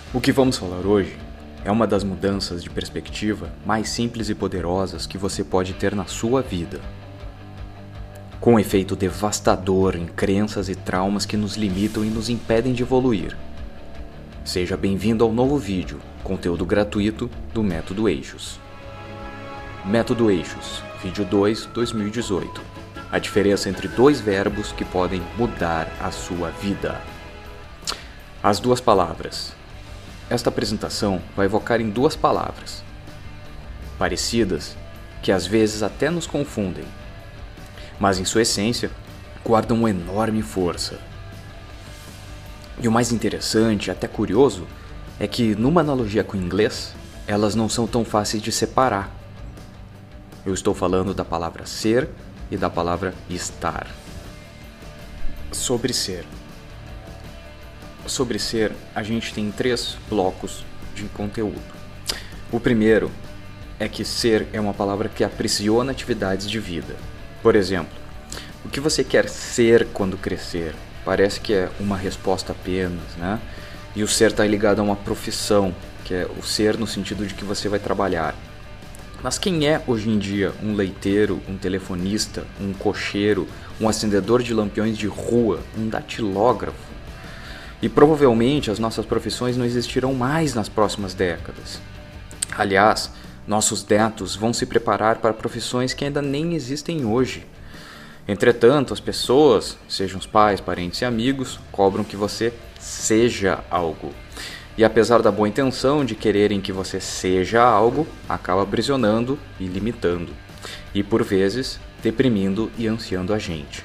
O que vamos falar hoje é uma das mudanças de perspectiva mais simples e poderosas que você pode ter na sua vida, com um efeito devastador em crenças e traumas que nos limitam e nos impedem de evoluir. Seja bem-vindo ao novo vídeo, conteúdo gratuito do Método Eixos. Método Eixos, vídeo 2, 2018. A diferença entre dois verbos que podem mudar a sua vida. As duas palavras. Esta apresentação vai evocar em duas palavras, parecidas, que às vezes até nos confundem, mas em sua essência guardam uma enorme força. E o mais interessante, até curioso, é que numa analogia com o inglês, elas não são tão fáceis de separar. Eu estou falando da palavra ser e da palavra estar. Sobre ser. Sobre ser, a gente tem 3 blocos de conteúdo. O primeiro é que ser é uma palavra que aprisiona atividades de vida. Por exemplo, o que você quer ser quando crescer? Parece que é uma resposta apenas, né? E o ser está ligado a uma profissão, que é o ser no sentido de que você vai trabalhar. Mas quem é hoje em dia um leiteiro, um telefonista, um cocheiro, um acendedor de lampiões de rua, um datilógrafo? E provavelmente as nossas profissões não existirão mais nas próximas décadas. Aliás, nossos netos vão se preparar para profissões que ainda nem existem hoje. Entretanto, as pessoas, sejam os pais, parentes e amigos, cobram que você seja algo. E apesar da boa intenção de quererem que você seja algo, acaba aprisionando e limitando. E por vezes, deprimindo e ansiando a gente.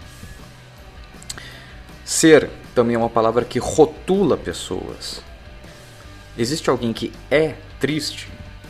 Ser também é uma palavra que rotula pessoas. Existe alguém que é triste?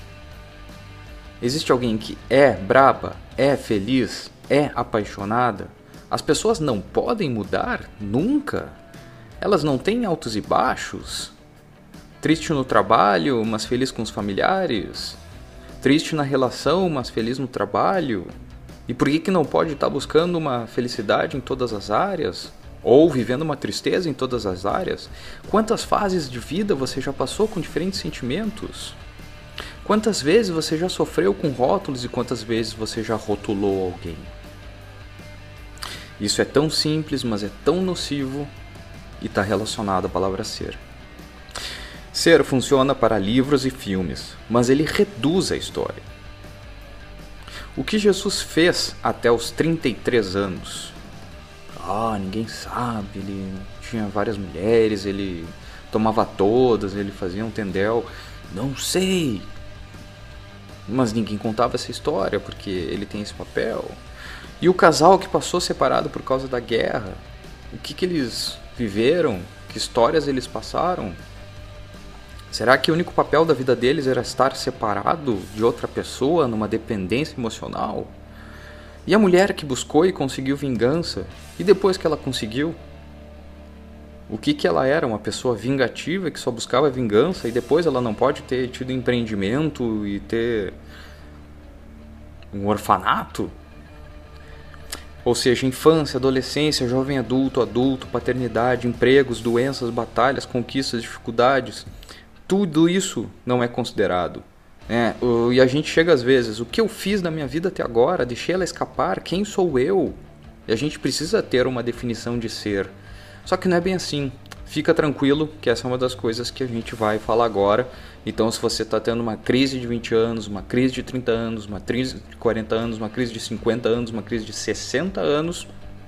Existe alguém que é braba, é feliz, é apaixonada? As pessoas não podem mudar nunca? Elas não têm altos e baixos? Triste no trabalho, mas feliz com os familiares? Triste na relação, mas feliz no trabalho? E por que não pode estar buscando uma felicidade em todas as áreas? Ou vivendo uma tristeza em todas as áreas? Quantas fases de vida você já passou com diferentes sentimentos? Quantas vezes você já sofreu com rótulos e quantas vezes você já rotulou alguém? Isso é tão simples, mas é tão nocivo e está relacionado à palavra ser. Ser funciona para livros e filmes, mas ele reduz a história. O que Jesus fez até os 33 anos? Ninguém sabe, ele tinha várias mulheres, ele tomava todas, ele fazia um tendel, não sei. Mas ninguém contava essa história, porque ele tem esse papel. E o casal que passou separado por causa da guerra, o que eles viveram, que histórias eles passaram? Será que o único papel da vida deles era estar separado de outra pessoa numa dependência emocional? E a mulher que buscou e conseguiu vingança, e depois que ela conseguiu, o que ela era? Uma pessoa vingativa que só buscava vingança e depois ela não pode ter tido empreendimento e ter um orfanato? Ou seja, infância, adolescência, jovem adulto, paternidade, empregos, doenças, batalhas, conquistas, dificuldades, tudo isso não é considerado. E a gente chega às vezes, o que eu fiz na minha vida até agora? Deixei ela escapar? Quem sou eu? E a gente precisa ter uma definição de ser. Só que não é bem assim. Fica tranquilo que essa é uma das coisas que a gente vai falar agora. Então se você está tendo uma crise de 20 anos, uma crise de 30 anos, uma crise de 40 anos, uma crise de 50 anos, uma crise de 60 anos,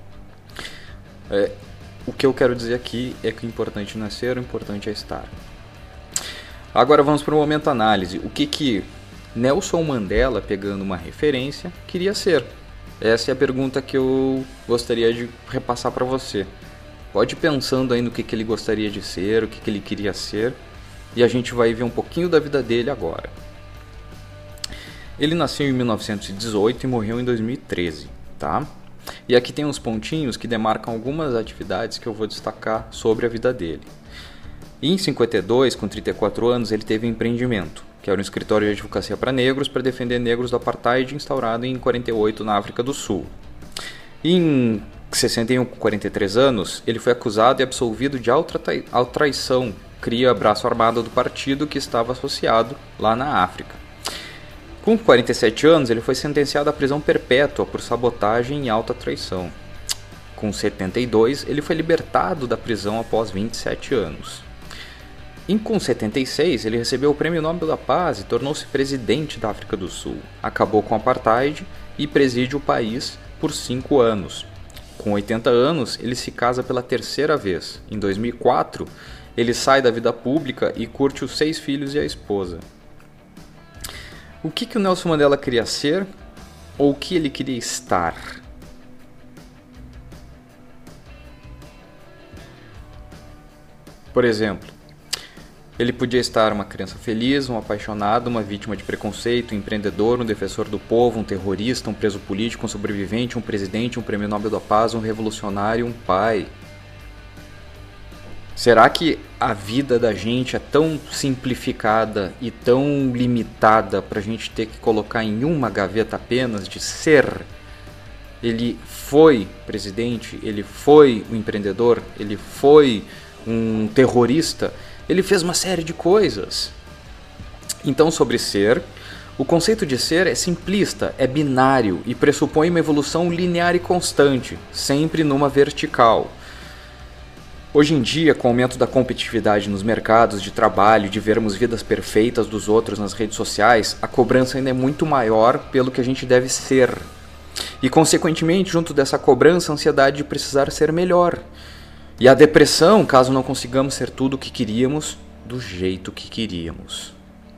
o que eu quero dizer aqui é que o importante não é ser, o importante é estar. Agora vamos para o momento análise. O que Nelson Mandela, pegando uma referência, queria ser? Essa é a pergunta que eu gostaria de repassar para você. Pode ir pensando aí no que ele gostaria de ser, o que ele queria ser, e a gente vai ver um pouquinho da vida dele agora. Ele nasceu em 1918 e morreu em 2013, tá? E aqui tem uns pontinhos que demarcam algumas atividades que eu vou destacar sobre a vida dele. Em 52, com 34 anos, ele teve um empreendimento, que era um escritório de advocacia para negros para defender negros do apartheid instaurado em 48 na África do Sul. Em 61, com 43 anos, ele foi acusado e absolvido de alta traição, cria braço armado do partido que estava associado lá na África. Com 47 anos, ele foi sentenciado à prisão perpétua por sabotagem e alta traição. Com 72, ele foi libertado da prisão após 27 anos. E com 76, ele recebeu o Prêmio Nobel da Paz e tornou-se presidente da África do Sul. Acabou com o apartheid e preside o país por 5 anos. Com 80 anos, ele se casa pela terceira vez. Em 2004, ele sai da vida pública e curte os 6 filhos e a esposa. O que o Nelson Mandela queria ser ou o que ele queria estar? Por exemplo, ele podia estar uma criança feliz, um apaixonado, uma vítima de preconceito, um empreendedor, um defensor do povo, um terrorista, um preso político, um sobrevivente, um presidente, um prêmio Nobel da Paz, um revolucionário, um pai. Será que a vida da gente é tão simplificada e tão limitada para a gente ter que colocar em uma gaveta apenas de ser? Ele foi presidente, ele foi um empreendedor, ele foi um terrorista, ele fez uma série de coisas. Então, sobre ser, o conceito de ser é simplista, é binário e pressupõe uma evolução linear e constante, sempre numa vertical. Hoje em dia, com o aumento da competitividade nos mercados de trabalho, de vermos vidas perfeitas dos outros nas redes sociais, a cobrança ainda é muito maior pelo que a gente deve ser. E, consequentemente, junto dessa cobrança, a ansiedade de precisar ser melhor. E a depressão, caso não consigamos ser tudo o que queríamos, do jeito que queríamos.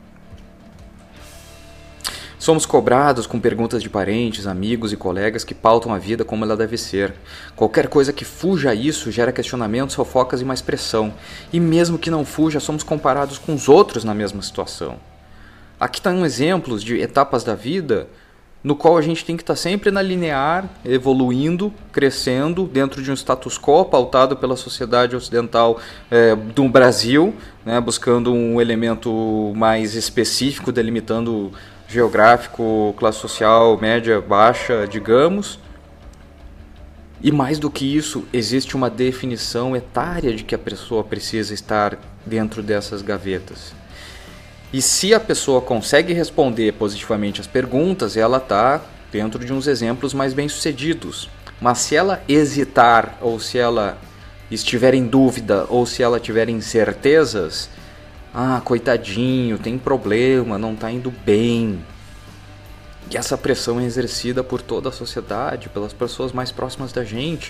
Somos cobrados com perguntas de parentes, amigos e colegas que pautam a vida como ela deve ser. Qualquer coisa que fuja a isso gera questionamentos, fofocas e mais pressão. E mesmo que não fuja, somos comparados com os outros na mesma situação. Aqui estão exemplos de etapas da vida no qual a gente tem que estar sempre na linear, evoluindo, crescendo, dentro de um status quo pautado pela sociedade ocidental do Brasil, né, buscando um elemento mais específico, delimitando geográfico, classe social, média, baixa, digamos. E mais do que isso, existe uma definição etária de que a pessoa precisa estar dentro dessas gavetas. E se a pessoa consegue responder positivamente as perguntas, ela está dentro de uns exemplos mais bem-sucedidos. Mas se ela hesitar, ou se ela estiver em dúvida, ou se ela tiver incertezas, coitadinho, tem problema, não está indo bem. E essa pressão é exercida por toda a sociedade, pelas pessoas mais próximas da gente.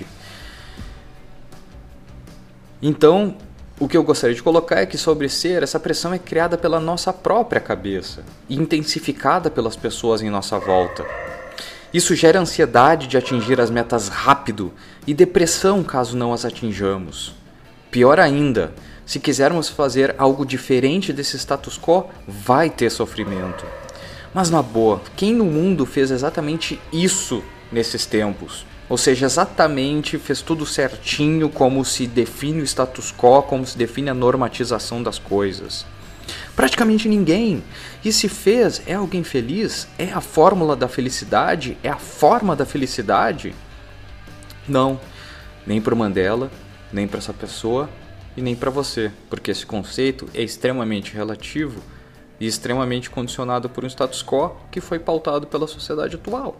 Então, o que eu gostaria de colocar é que sobre ser, essa pressão é criada pela nossa própria cabeça e intensificada pelas pessoas em nossa volta. Isso gera ansiedade de atingir as metas rápido e depressão caso não as atinjamos. Pior ainda, se quisermos fazer algo diferente desse status quo, vai ter sofrimento. Mas na boa, quem no mundo fez exatamente isso nesses tempos? Ou seja, exatamente fez tudo certinho como se define o status quo, como se define a normatização das coisas. Praticamente ninguém. E se fez, é alguém feliz? É a fórmula da felicidade? É a forma da felicidade? Não. Nem para o Mandela, nem para essa pessoa e nem para você. Porque esse conceito é extremamente relativo e extremamente condicionado por um status quo que foi pautado pela sociedade atual.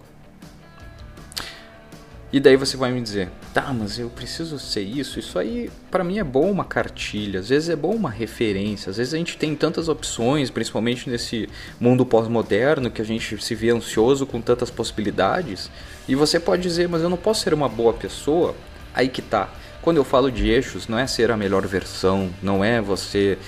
E daí você vai me dizer, tá, mas eu preciso ser isso aí pra mim é bom uma cartilha, às vezes é bom uma referência, às vezes a gente tem tantas opções, principalmente nesse mundo pós-moderno, que a gente se vê ansioso com tantas possibilidades, e você pode dizer, mas eu não posso ser uma boa pessoa, aí que tá. Quando eu falo de eixos, não é ser a melhor versão, não é você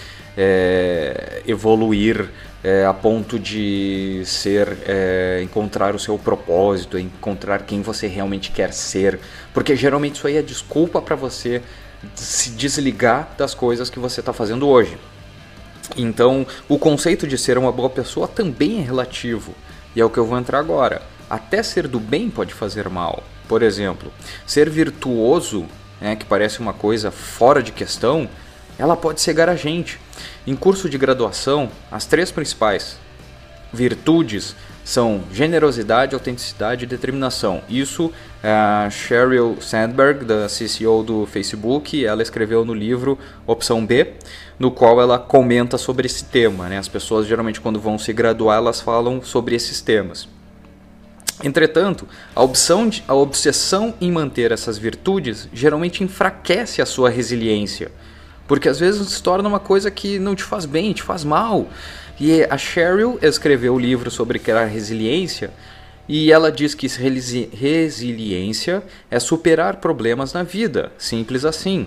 evoluir a ponto de ser, encontrar o seu propósito, encontrar quem você realmente quer ser, porque geralmente isso aí é desculpa para você se desligar das coisas que você está fazendo hoje. Então, o conceito de ser uma boa pessoa também é relativo, e é o que eu vou entrar agora. Até ser do bem pode fazer mal. Por exemplo, ser virtuoso, que parece uma coisa fora de questão, ela pode cegar a gente. Em curso de graduação, as 3 principais virtudes são generosidade, autenticidade e determinação. Isso a Sheryl Sandberg, da CCO do Facebook, ela escreveu no livro Opção B, no qual ela comenta sobre esse tema, né? As pessoas geralmente quando vão se graduar, elas falam sobre esses temas. Entretanto, a obsessão em manter essas virtudes geralmente enfraquece a sua resiliência, porque às vezes se torna uma coisa que não te faz bem, te faz mal. E a Sheryl escreveu o livro sobre criar resiliência, e ela diz que resiliência é superar problemas na vida, simples assim.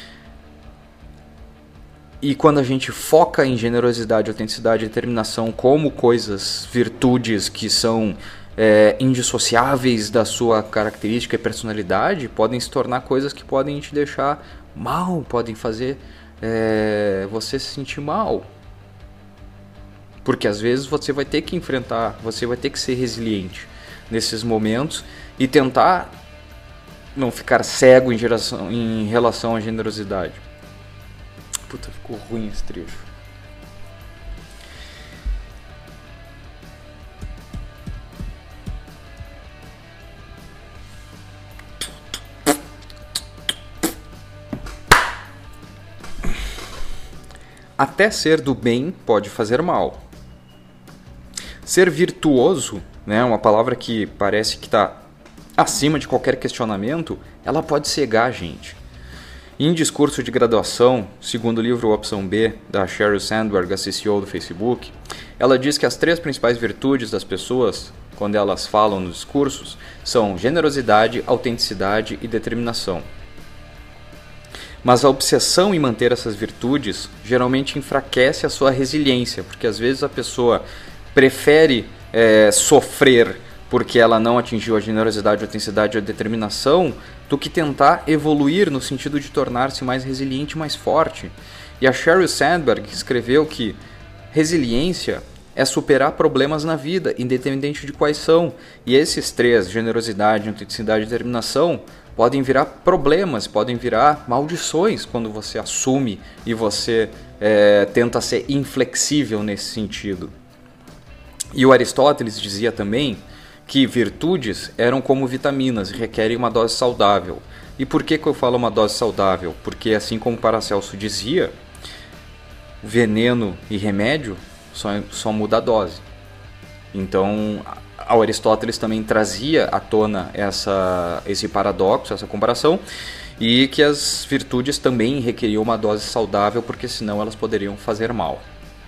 E quando a gente foca em generosidade, autenticidade e determinação como coisas, virtudes que são indissociáveis da sua característica e personalidade, podem se tornar coisas que podem te deixar mal, podem fazer você se sentir mal. Porque às vezes você vai ter que enfrentar, você vai ter que ser resiliente nesses momentos e tentar não ficar cego em relação à generosidade. Puta, ficou ruim esse trecho. Até ser do bem pode fazer mal. Ser virtuoso, né, uma palavra que parece que está acima de qualquer questionamento, ela pode cegar a gente. Em discurso de graduação, segundo o livro Opção B, da Sheryl Sandberg, a CCO do Facebook, ela diz que as 3 principais virtudes das pessoas, quando elas falam nos discursos, são generosidade, autenticidade e determinação. Mas a obsessão em manter essas virtudes geralmente enfraquece a sua resiliência, porque às vezes a pessoa prefere sofrer porque ela não atingiu a generosidade, a autenticidade e a determinação, do que tentar evoluir no sentido de tornar-se mais resiliente e mais forte. E a Sheryl Sandberg escreveu que resiliência é superar problemas na vida, independente de quais são. E esses 3, generosidade, autenticidade e determinação, podem virar problemas, podem virar maldições quando você assume e você tenta ser inflexível nesse sentido. E o Aristóteles dizia também que virtudes eram como vitaminas e requerem uma dose saudável. E por que eu falo uma dose saudável? Porque assim como Paracelso dizia, veneno e remédio só muda a dose. Então, o Aristóteles também trazia à tona esse paradoxo, essa comparação, e que as virtudes também requeriam uma dose saudável, porque senão elas poderiam fazer mal.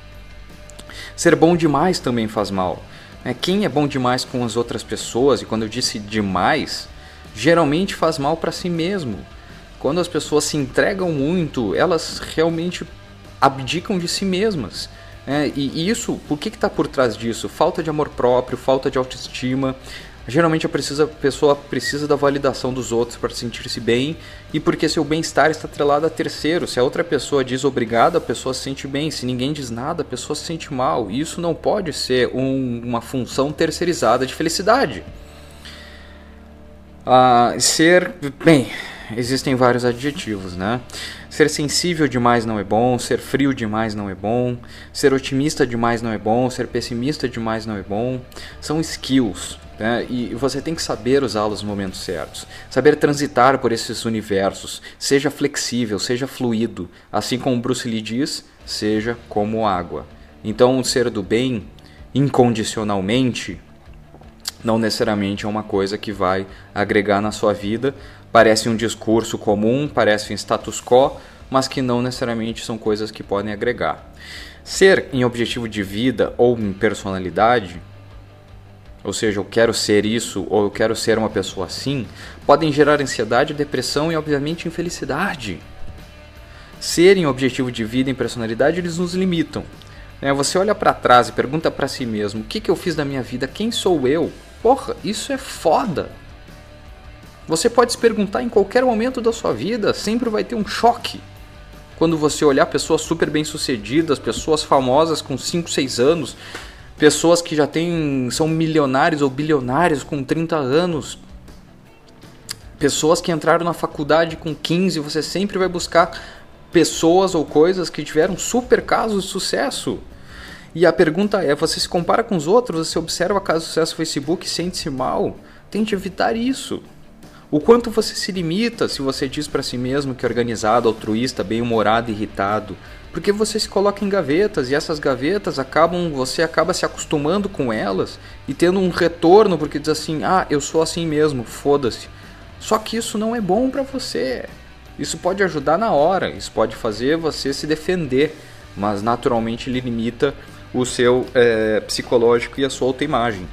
Ser bom demais também faz mal. Quem é bom demais com as outras pessoas, e quando eu disse demais, geralmente faz mal para si mesmo. Quando as pessoas se entregam muito, elas realmente abdicam de si mesmas. E isso, por que está por trás disso? Falta de amor próprio, falta de autoestima. Geralmente a pessoa precisa da validação dos outros para sentir-se bem, e porque seu bem-estar está atrelado a terceiro. Se a outra pessoa diz obrigado, a pessoa se sente bem. Se ninguém diz nada, a pessoa se sente mal. E isso não pode ser uma função terceirizada de felicidade. Existem vários adjetivos, né? Ser sensível demais não é bom, ser frio demais não é bom, ser otimista demais não é bom, ser pessimista demais não é bom. São skills, né? E você tem que saber usá-los nos momentos certos. Saber transitar por esses universos. Seja flexível, seja fluido. Assim como Bruce Lee diz, seja como água. Então, ser do bem incondicionalmente não necessariamente é uma coisa que vai agregar na sua vida. Parece um discurso comum, parece um status quo, mas que não necessariamente são coisas que podem agregar. Ser em objetivo de vida ou em personalidade, ou seja, eu quero ser isso ou eu quero ser uma pessoa assim, podem gerar ansiedade, depressão e, obviamente, infelicidade. Ser em objetivo de vida e em personalidade, eles nos limitam. Você olha para trás e pergunta para si mesmo, o que eu fiz da minha vida? Quem sou eu? Porra, isso é foda! Você pode se perguntar em qualquer momento da sua vida, sempre vai ter um choque. Quando você olhar pessoas super bem-sucedidas, pessoas famosas com 5, 6 anos, pessoas que já são milionários ou bilionários com 30 anos, pessoas que entraram na faculdade com 15, você sempre vai buscar pessoas ou coisas que tiveram super casos de sucesso. E a pergunta é, você se compara com os outros, você observa casos de sucesso no Facebook e sente-se mal? Tente evitar isso. O quanto você se limita se você diz para si mesmo que é organizado, altruísta, bem-humorado, irritado. Porque você se coloca em gavetas e essas gavetas você acaba se acostumando com elas e tendo um retorno porque diz assim, eu sou assim mesmo, foda-se. Só que isso não é bom para você. Isso pode ajudar na hora, isso pode fazer você se defender, mas naturalmente ele limita o seu psicológico e a sua autoimagem.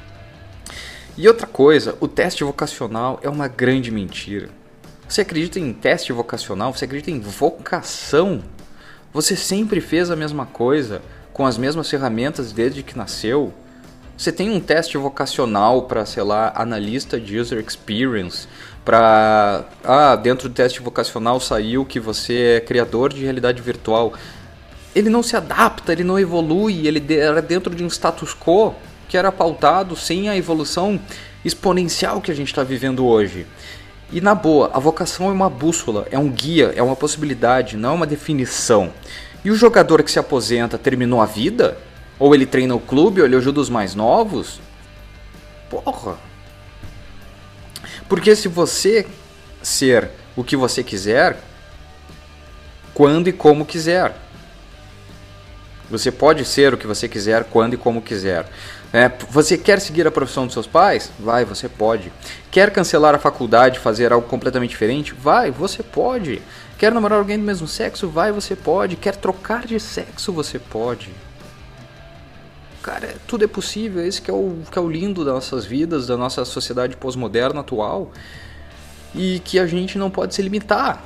E outra coisa, o teste vocacional é uma grande mentira. Você acredita em teste vocacional? Você acredita em vocação? Você sempre fez a mesma coisa, com as mesmas ferramentas desde que nasceu? Você tem um teste vocacional para, sei lá, analista de user experience, para... dentro do teste vocacional saiu que você é criador de realidade virtual. Ele não se adapta, ele não evolui, ele era dentro de um status quo que era pautado sem a evolução exponencial que a gente está vivendo hoje. E na boa, a vocação é uma bússola, é um guia, é uma possibilidade, não é uma definição. E o jogador que se aposenta terminou a vida? Ou ele treina o clube, ou ele ajuda os mais novos? Porra! Porque se você ser o que você quiser, quando e como quiser. Você pode ser o que você quiser, quando e como quiser. Você quer seguir a profissão dos seus pais? Vai, você pode. Quer cancelar a faculdade, fazer algo completamente diferente? Vai, você pode. Quer namorar alguém do mesmo sexo? Vai, você pode. Quer trocar de sexo? Você pode. Cara, tudo é possível. Esse que é o lindo das nossas vidas, da nossa sociedade pós-moderna atual. E que a gente não pode se limitar.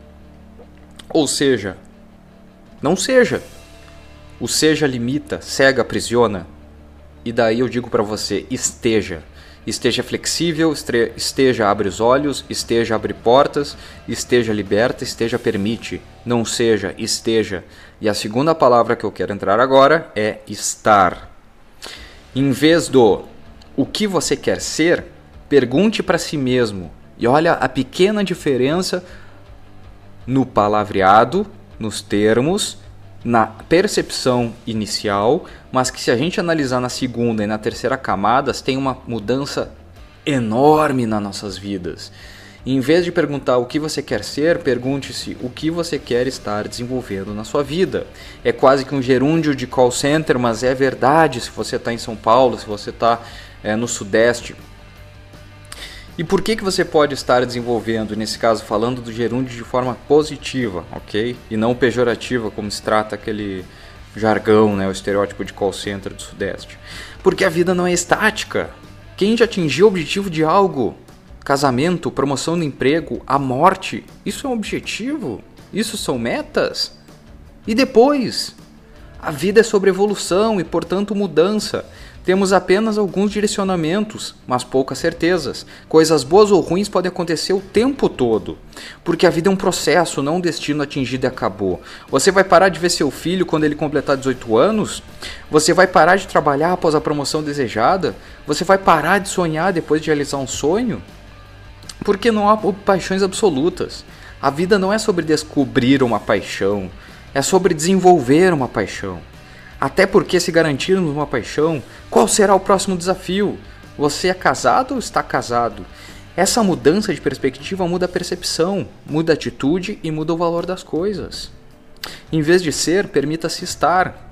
Ou seja, não seja. O seja limita, cega, aprisiona. E daí eu digo para você, esteja. Esteja flexível, esteja abre os olhos, esteja abre portas, esteja liberta, esteja permite. Não seja, esteja. E a segunda palavra que eu quero entrar agora é estar. Em vez do o que você quer ser, pergunte para si mesmo. E olha a pequena diferença no palavreado, nos termos, na percepção inicial, mas que se a gente analisar na segunda e na terceira camadas, tem uma mudança enorme nas nossas vidas. Em vez de perguntar o que você quer ser, pergunte-se o que você quer estar desenvolvendo na sua vida. É quase que um gerúndio de call center, mas é verdade se você está em São Paulo, se você está no Sudeste. E por que você pode estar desenvolvendo, nesse caso falando do gerúndio de forma positiva, ok? E não pejorativa, como se trata aquele jargão, né? O estereótipo de call center do Sudeste. Porque a vida não é estática. Quem já atingiu o objetivo de algo, casamento, promoção no emprego, a morte, isso é um objetivo? Isso são metas? E depois? A vida é sobre evolução e, portanto, mudança. Temos apenas alguns direcionamentos, mas poucas certezas. Coisas boas ou ruins podem acontecer o tempo todo. Porque a vida é um processo, não um destino atingido e acabou. Você vai parar de ver seu filho quando ele completar 18 anos? Você vai parar de trabalhar após a promoção desejada? Você vai parar de sonhar depois de realizar um sonho? Porque não há paixões absolutas. A vida não é sobre descobrir uma paixão. É sobre desenvolver uma paixão. Até porque, se garantirmos uma paixão, qual será o próximo desafio? Você é casado ou está casado? Essa mudança de perspectiva muda a percepção, muda a atitude e muda o valor das coisas. Em vez de ser, permita-se estar.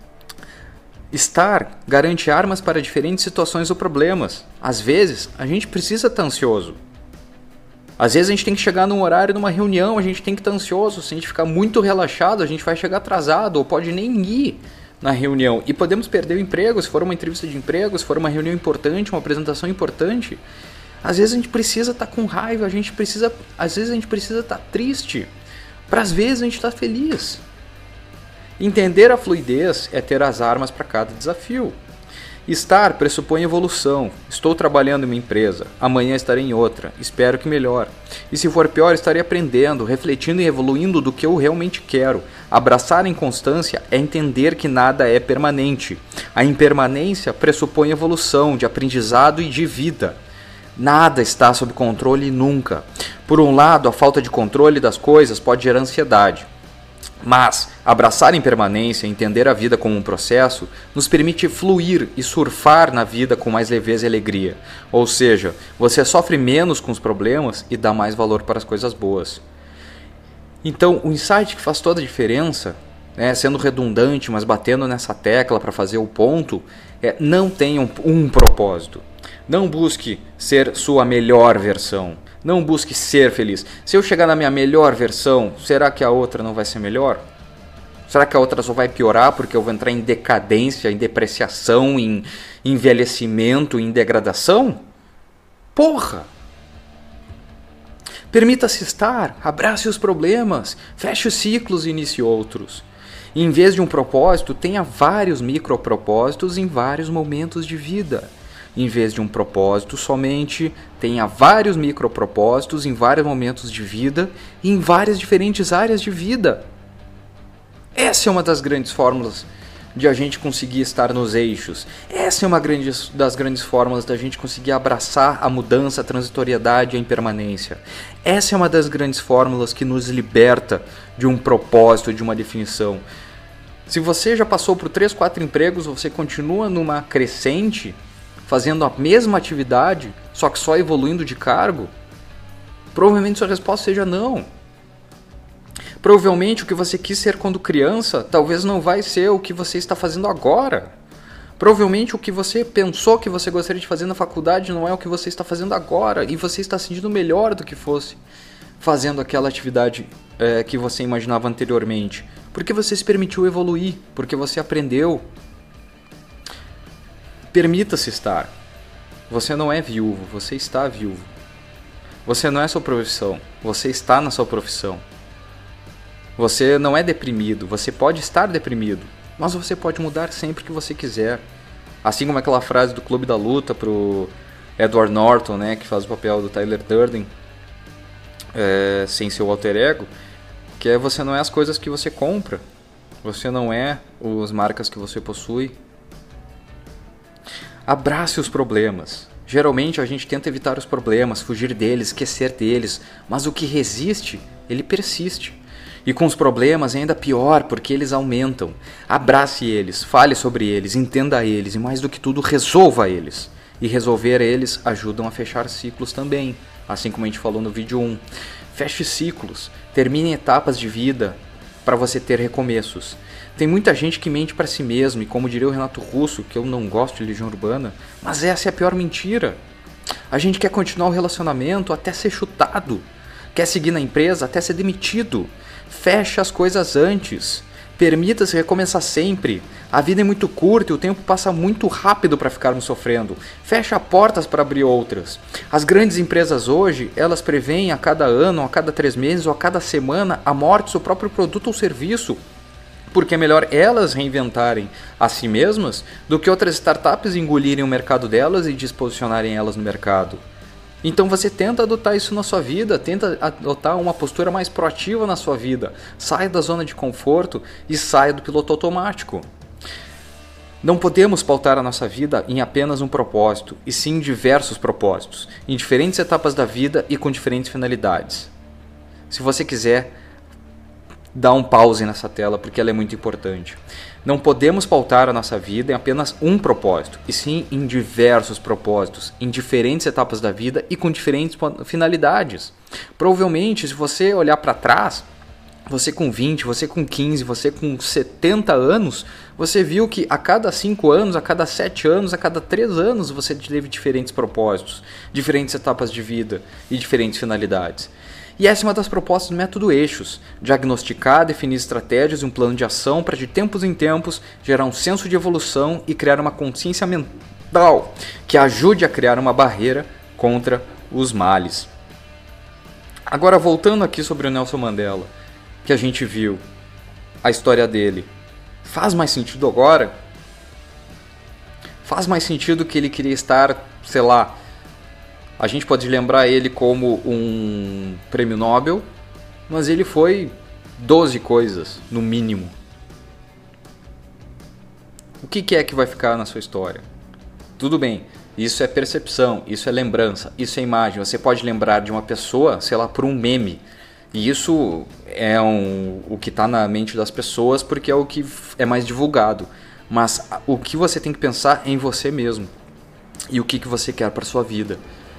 Estar garante armas para diferentes situações ou problemas. Às vezes, a gente precisa estar ansioso. Às vezes a gente tem que chegar num horário, numa reunião, a gente tem que estar ansioso. Se a gente ficar muito relaxado, a gente vai chegar atrasado ou pode nem ir na reunião. E podemos perder o emprego se for uma entrevista de emprego, se for uma reunião importante, uma apresentação importante. Às vezes a gente precisa estar com raiva, às vezes a gente precisa estar triste. Para às vezes a gente estar feliz. Entender a fluidez é ter as armas para cada desafio. Estar pressupõe evolução. Estou trabalhando em uma empresa, amanhã estarei em outra, espero que melhor. E se for pior, estarei aprendendo, refletindo e evoluindo do que eu realmente quero. Abraçar a inconstância é entender que nada é permanente. A impermanência pressupõe evolução, de aprendizado e de vida. Nada está sob controle nunca. Por um lado, a falta de controle das coisas pode gerar ansiedade. Mas abraçar a impermanência, entender a vida como um processo, nos permite fluir e surfar na vida com mais leveza e alegria. Ou seja, você sofre menos com os problemas e dá mais valor para as coisas boas. Então, o insight que faz toda a diferença, sendo redundante, mas batendo nessa tecla para fazer o ponto, não tenha um propósito. Não busque ser sua melhor versão. Não busque ser feliz. Se eu chegar na minha melhor versão, será que a outra não vai ser melhor? Será que a outra só vai piorar porque eu vou entrar em decadência, em depreciação, em envelhecimento, em degradação? Porra! Permita-se estar, abrace os problemas, feche os ciclos e inicie outros. E em vez de um propósito, tenha vários micropropósitos em vários momentos de vida. Em vez de um propósito somente, tenha vários micropropósitos em vários momentos de vida e em várias diferentes áreas de vida. Essa é uma das grandes fórmulas de a gente conseguir estar nos eixos. Essa é uma das grandes fórmulas da gente conseguir abraçar a mudança, a transitoriedade e a impermanência. Essa é uma das grandes fórmulas que nos liberta de um propósito, de uma definição. Se você já passou por 3, 4 empregos, você continua numa crescente, fazendo a mesma atividade, só que só evoluindo de cargo, provavelmente sua resposta seja não. Provavelmente o que você quis ser quando criança, talvez não vai ser o que você está fazendo agora. Provavelmente o que você pensou que você gostaria de fazer na faculdade não é o que você está fazendo agora, e você está sentindo melhor do que fosse fazendo aquela atividade que você imaginava anteriormente. Porque você se permitiu evoluir, porque você aprendeu. Permita-se estar. Você não é viúvo, você está viúvo. Você não é sua profissão, você está na sua profissão. Você não é deprimido, você pode estar deprimido, mas você pode mudar sempre que você quiser. Assim como aquela frase do Clube da Luta pro Edward Norton, que faz o papel do Tyler Durden, sem seu alter ego, que é: você não é as coisas que você compra, você não é as marcas que você possui. Abrace os problemas. Geralmente a gente tenta evitar os problemas, fugir deles, esquecer deles, mas o que resiste, ele persiste. E com os problemas é ainda pior, porque eles aumentam. Abrace eles, fale sobre eles, entenda eles e, mais do que tudo, resolva eles. E resolver eles ajudam a fechar ciclos também, assim como a gente falou no vídeo 1. Feche ciclos, termine etapas de vida para você ter recomeços. Tem muita gente que mente para si mesmo, e como diria o Renato Russo, que eu não gosto de Legião Urbana, mas essa é a pior mentira. A gente quer continuar o relacionamento até ser chutado, quer seguir na empresa até ser demitido. Feche as coisas antes, permita-se recomeçar sempre. A vida é muito curta e o tempo passa muito rápido para ficarmos sofrendo. Fecha portas para abrir outras. As grandes empresas hoje, elas preveem a cada ano, a cada 3 meses ou a cada semana a morte do seu próprio produto ou serviço. Porque é melhor elas reinventarem a si mesmas do que outras startups engolirem o mercado delas e disposicionarem elas no mercado. Então você tenta adotar isso na sua vida, tenta adotar uma postura mais proativa na sua vida. Saia da zona de conforto e saia do piloto automático. Não podemos pautar a nossa vida em apenas um propósito, e sim em diversos propósitos, em diferentes etapas da vida e com diferentes finalidades. Se você quiser, dá um pause nessa tela, porque ela é muito importante. Não podemos pautar a nossa vida em apenas um propósito, e sim em diversos propósitos, em diferentes etapas da vida e com diferentes finalidades. Provavelmente, se você olhar para trás, você com 20, você com 15, você com 70 anos, você viu que a cada 5 anos, a cada 7 anos, a cada 3 anos você teve diferentes propósitos, diferentes etapas de vida e diferentes finalidades. E essa é uma das propostas do método Eixos: diagnosticar, definir estratégias e um plano de ação para, de tempos em tempos, gerar um senso de evolução e criar uma consciência mental que ajude a criar uma barreira contra os males. Agora, voltando aqui sobre o Nelson Mandela, que a gente viu a história dele, faz mais sentido agora? Faz mais sentido que ele queria estar, sei lá, a gente pode lembrar ele como um prêmio Nobel, mas ele foi 12 coisas, no mínimo. O que é que vai ficar na sua história? Tudo bem, isso é percepção, isso é lembrança, isso é imagem. Você pode lembrar de uma pessoa, sei lá, por um meme E isso é o que está na mente das pessoas porque é o que é mais divulgado. Mas o que você tem que pensar é em você mesmo. E o que você quer para sua vida.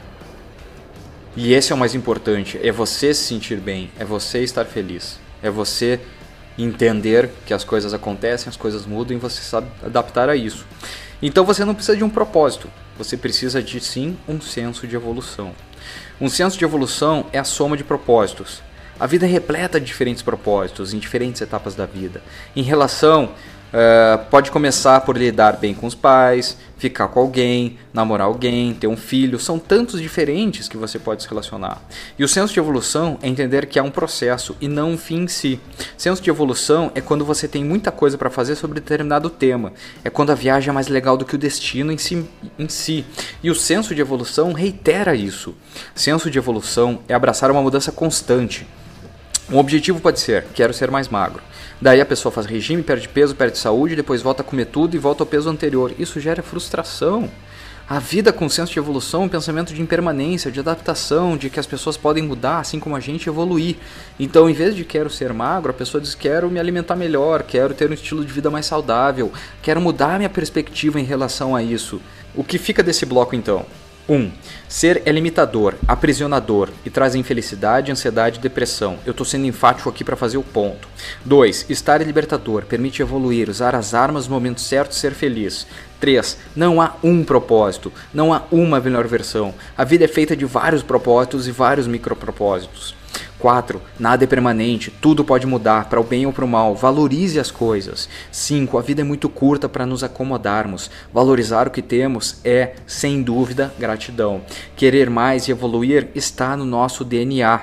E esse é o mais importante. É você se sentir bem. É você estar feliz. É você entender que as coisas acontecem, as coisas mudam e você sabe adaptar a isso. Então você não precisa de um propósito. Você precisa de sim um senso de evolução. Um senso de evolução é a soma de propósitos. A vida é repleta de diferentes propósitos em diferentes etapas da vida. Em relação, pode começar por lidar bem com os pais, ficar com alguém, namorar alguém, ter um filho. São tantos diferentes que você pode se relacionar. E o senso de evolução é entender que é um processo e não um fim em si. Senso de evolução é quando você tem muita coisa para fazer sobre determinado tema. É quando a viagem é mais legal do que o destino em si. E o senso de evolução reitera isso. Senso de evolução é abraçar uma mudança constante. Um objetivo pode ser, quero ser mais magro. Daí a pessoa faz regime, perde peso, perde saúde, depois volta a comer tudo e volta ao peso anterior. Isso gera frustração. A vida com senso de evolução é um pensamento de impermanência, de adaptação, de que as pessoas podem mudar, assim como a gente evoluir. Então, em vez de quero ser magro, a pessoa diz quero me alimentar melhor, quero ter um estilo de vida mais saudável, quero mudar minha perspectiva em relação a isso. O que fica desse bloco então? 1. Ser é limitador, aprisionador e traz infelicidade, ansiedade e depressão. Eu estou sendo enfático aqui para fazer o ponto. 2. Estar é libertador, permite evoluir, usar as armas no momento certo e ser feliz. 3. Não há um propósito, não há uma melhor versão. A vida é feita de vários propósitos e vários micropropósitos. 4. Nada é permanente, tudo pode mudar, para o bem ou para o mal, valorize as coisas. 5. A vida é muito curta para nos acomodarmos. Valorizar o que temos é, sem dúvida, gratidão. Querer mais e evoluir está no nosso DNA.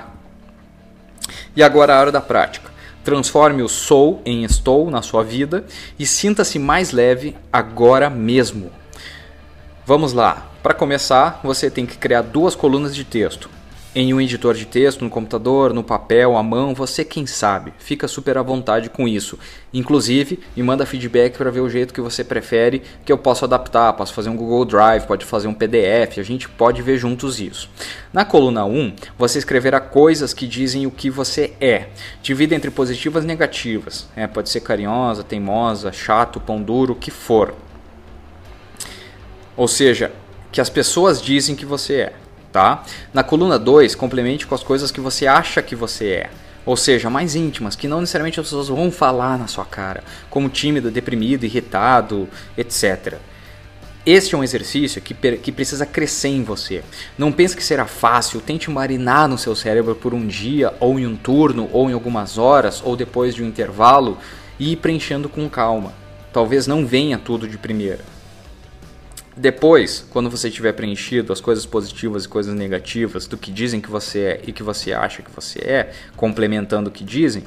E agora a hora da prática. Transforme o sou em estou na sua vida e sinta-se mais leve agora mesmo. Vamos lá. Para começar, você tem que criar 2 colunas de texto. Em um editor de texto, no computador, no papel, à mão, você quem sabe. Fica super à vontade com isso. Inclusive, me manda feedback para ver o jeito que você prefere, que eu posso adaptar. Posso fazer um Google Drive, pode fazer um PDF, a gente pode ver juntos isso. Na coluna 1, você escreverá coisas que dizem o que você é. Divida entre positivas e negativas. Pode ser carinhosa, teimosa, chato, pão duro, o que for. Ou seja, que as pessoas dizem que você é. Tá? Na coluna 2, complemente com as coisas que você acha que você é. Ou seja, mais íntimas, que não necessariamente as pessoas vão falar na sua cara, como tímido, deprimido, irritado, etc. Este é um exercício que precisa crescer em você. Não pense que será fácil, tente marinar no seu cérebro por um dia, ou em um turno, ou em algumas horas, ou depois de um intervalo, e ir preenchendo com calma. Talvez não venha tudo de primeira. Depois, quando você tiver preenchido as coisas positivas e coisas negativas do que dizem que você é e que você acha que você é, complementando o que dizem,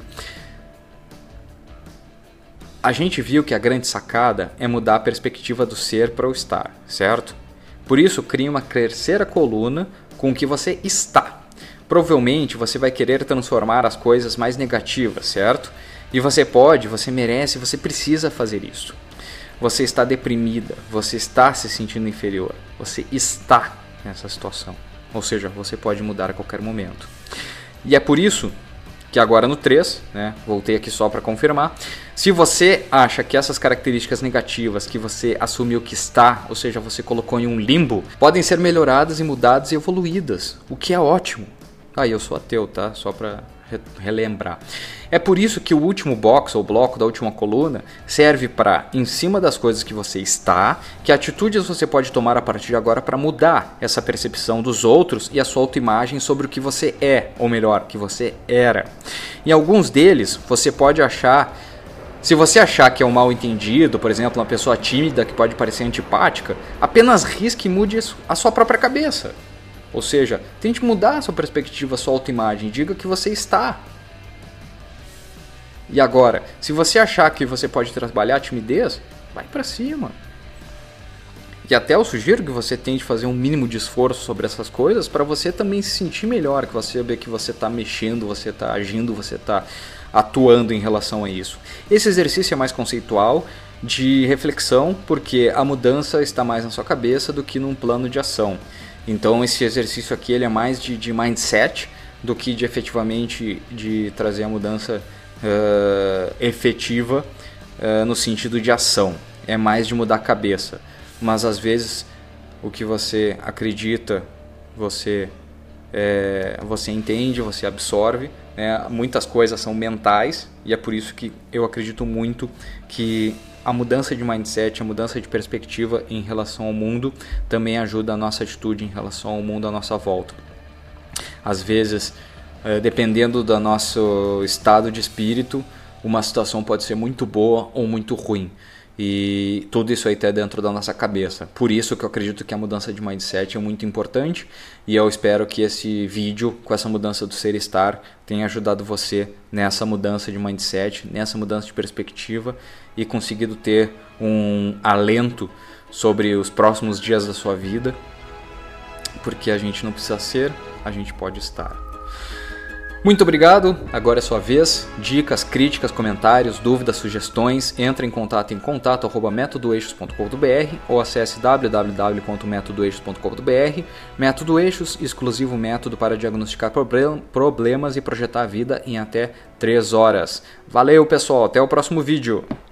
a gente viu que a grande sacada é mudar a perspectiva do ser para o estar, certo? Por isso, crie uma terceira coluna com o que você está. Provavelmente você vai querer transformar as coisas mais negativas, certo? E você pode, você merece, você precisa fazer isso. Você está deprimida, você está se sentindo inferior, você está nessa situação. Ou seja, você pode mudar a qualquer momento. E é por isso que agora no 3, voltei aqui só para confirmar, se você acha que essas características negativas que você assumiu que está, ou seja, você colocou em um limbo, podem ser melhoradas e mudadas e evoluídas, o que é ótimo. Eu sou ateu, tá? Só para relembrar. É por isso que o último box ou bloco da última coluna serve para, em cima das coisas que você está, que atitudes você pode tomar a partir de agora para mudar essa percepção dos outros e a sua autoimagem sobre o que você é, ou melhor, que você era. Em alguns deles, você pode achar, se você achar que é um mal entendido, por exemplo, uma pessoa tímida que pode parecer antipática, apenas risque e mude a sua própria cabeça. Ou seja, tente mudar a sua perspectiva, a sua autoimagem, diga que você está. E agora, se você achar que você pode trabalhar a timidez, vai pra cima. E até eu sugiro que você tente fazer um mínimo de esforço sobre essas coisas para você também se sentir melhor, que você ver que você está mexendo, você está agindo, você está atuando em relação a isso. Esse exercício é mais conceitual, de reflexão, porque a mudança está mais na sua cabeça do que num plano de ação. Então esse exercício aqui ele é mais de mindset, do que de efetivamente de trazer a mudança efetiva no sentido de ação. É mais de mudar a cabeça. Mas às vezes o que você acredita, você entende, você absorve. Muitas coisas são mentais e é por isso que eu acredito muito que a mudança de mindset, a mudança de perspectiva em relação ao mundo também ajuda a nossa atitude em relação ao mundo à nossa volta. Às vezes, dependendo do nosso estado de espírito, uma situação pode ser muito boa ou muito ruim. E tudo isso aí está dentro da nossa cabeça. Por isso que eu acredito que a mudança de mindset é muito importante. E eu espero que esse vídeo, com essa mudança do ser e estar, tenha ajudado você nessa mudança de mindset, nessa mudança de perspectiva e conseguido ter um alento sobre os próximos dias da sua vida. Porque a gente não precisa ser, a gente pode estar. Muito obrigado, agora é sua vez. Dicas, críticas, comentários, dúvidas, sugestões, entre em contato@metodoeixos.com.br ou acesse www.metodoeixos.com.br. Método Eixos, exclusivo método para diagnosticar problemas e projetar a vida em até 3 horas. Valeu, pessoal, até o próximo vídeo.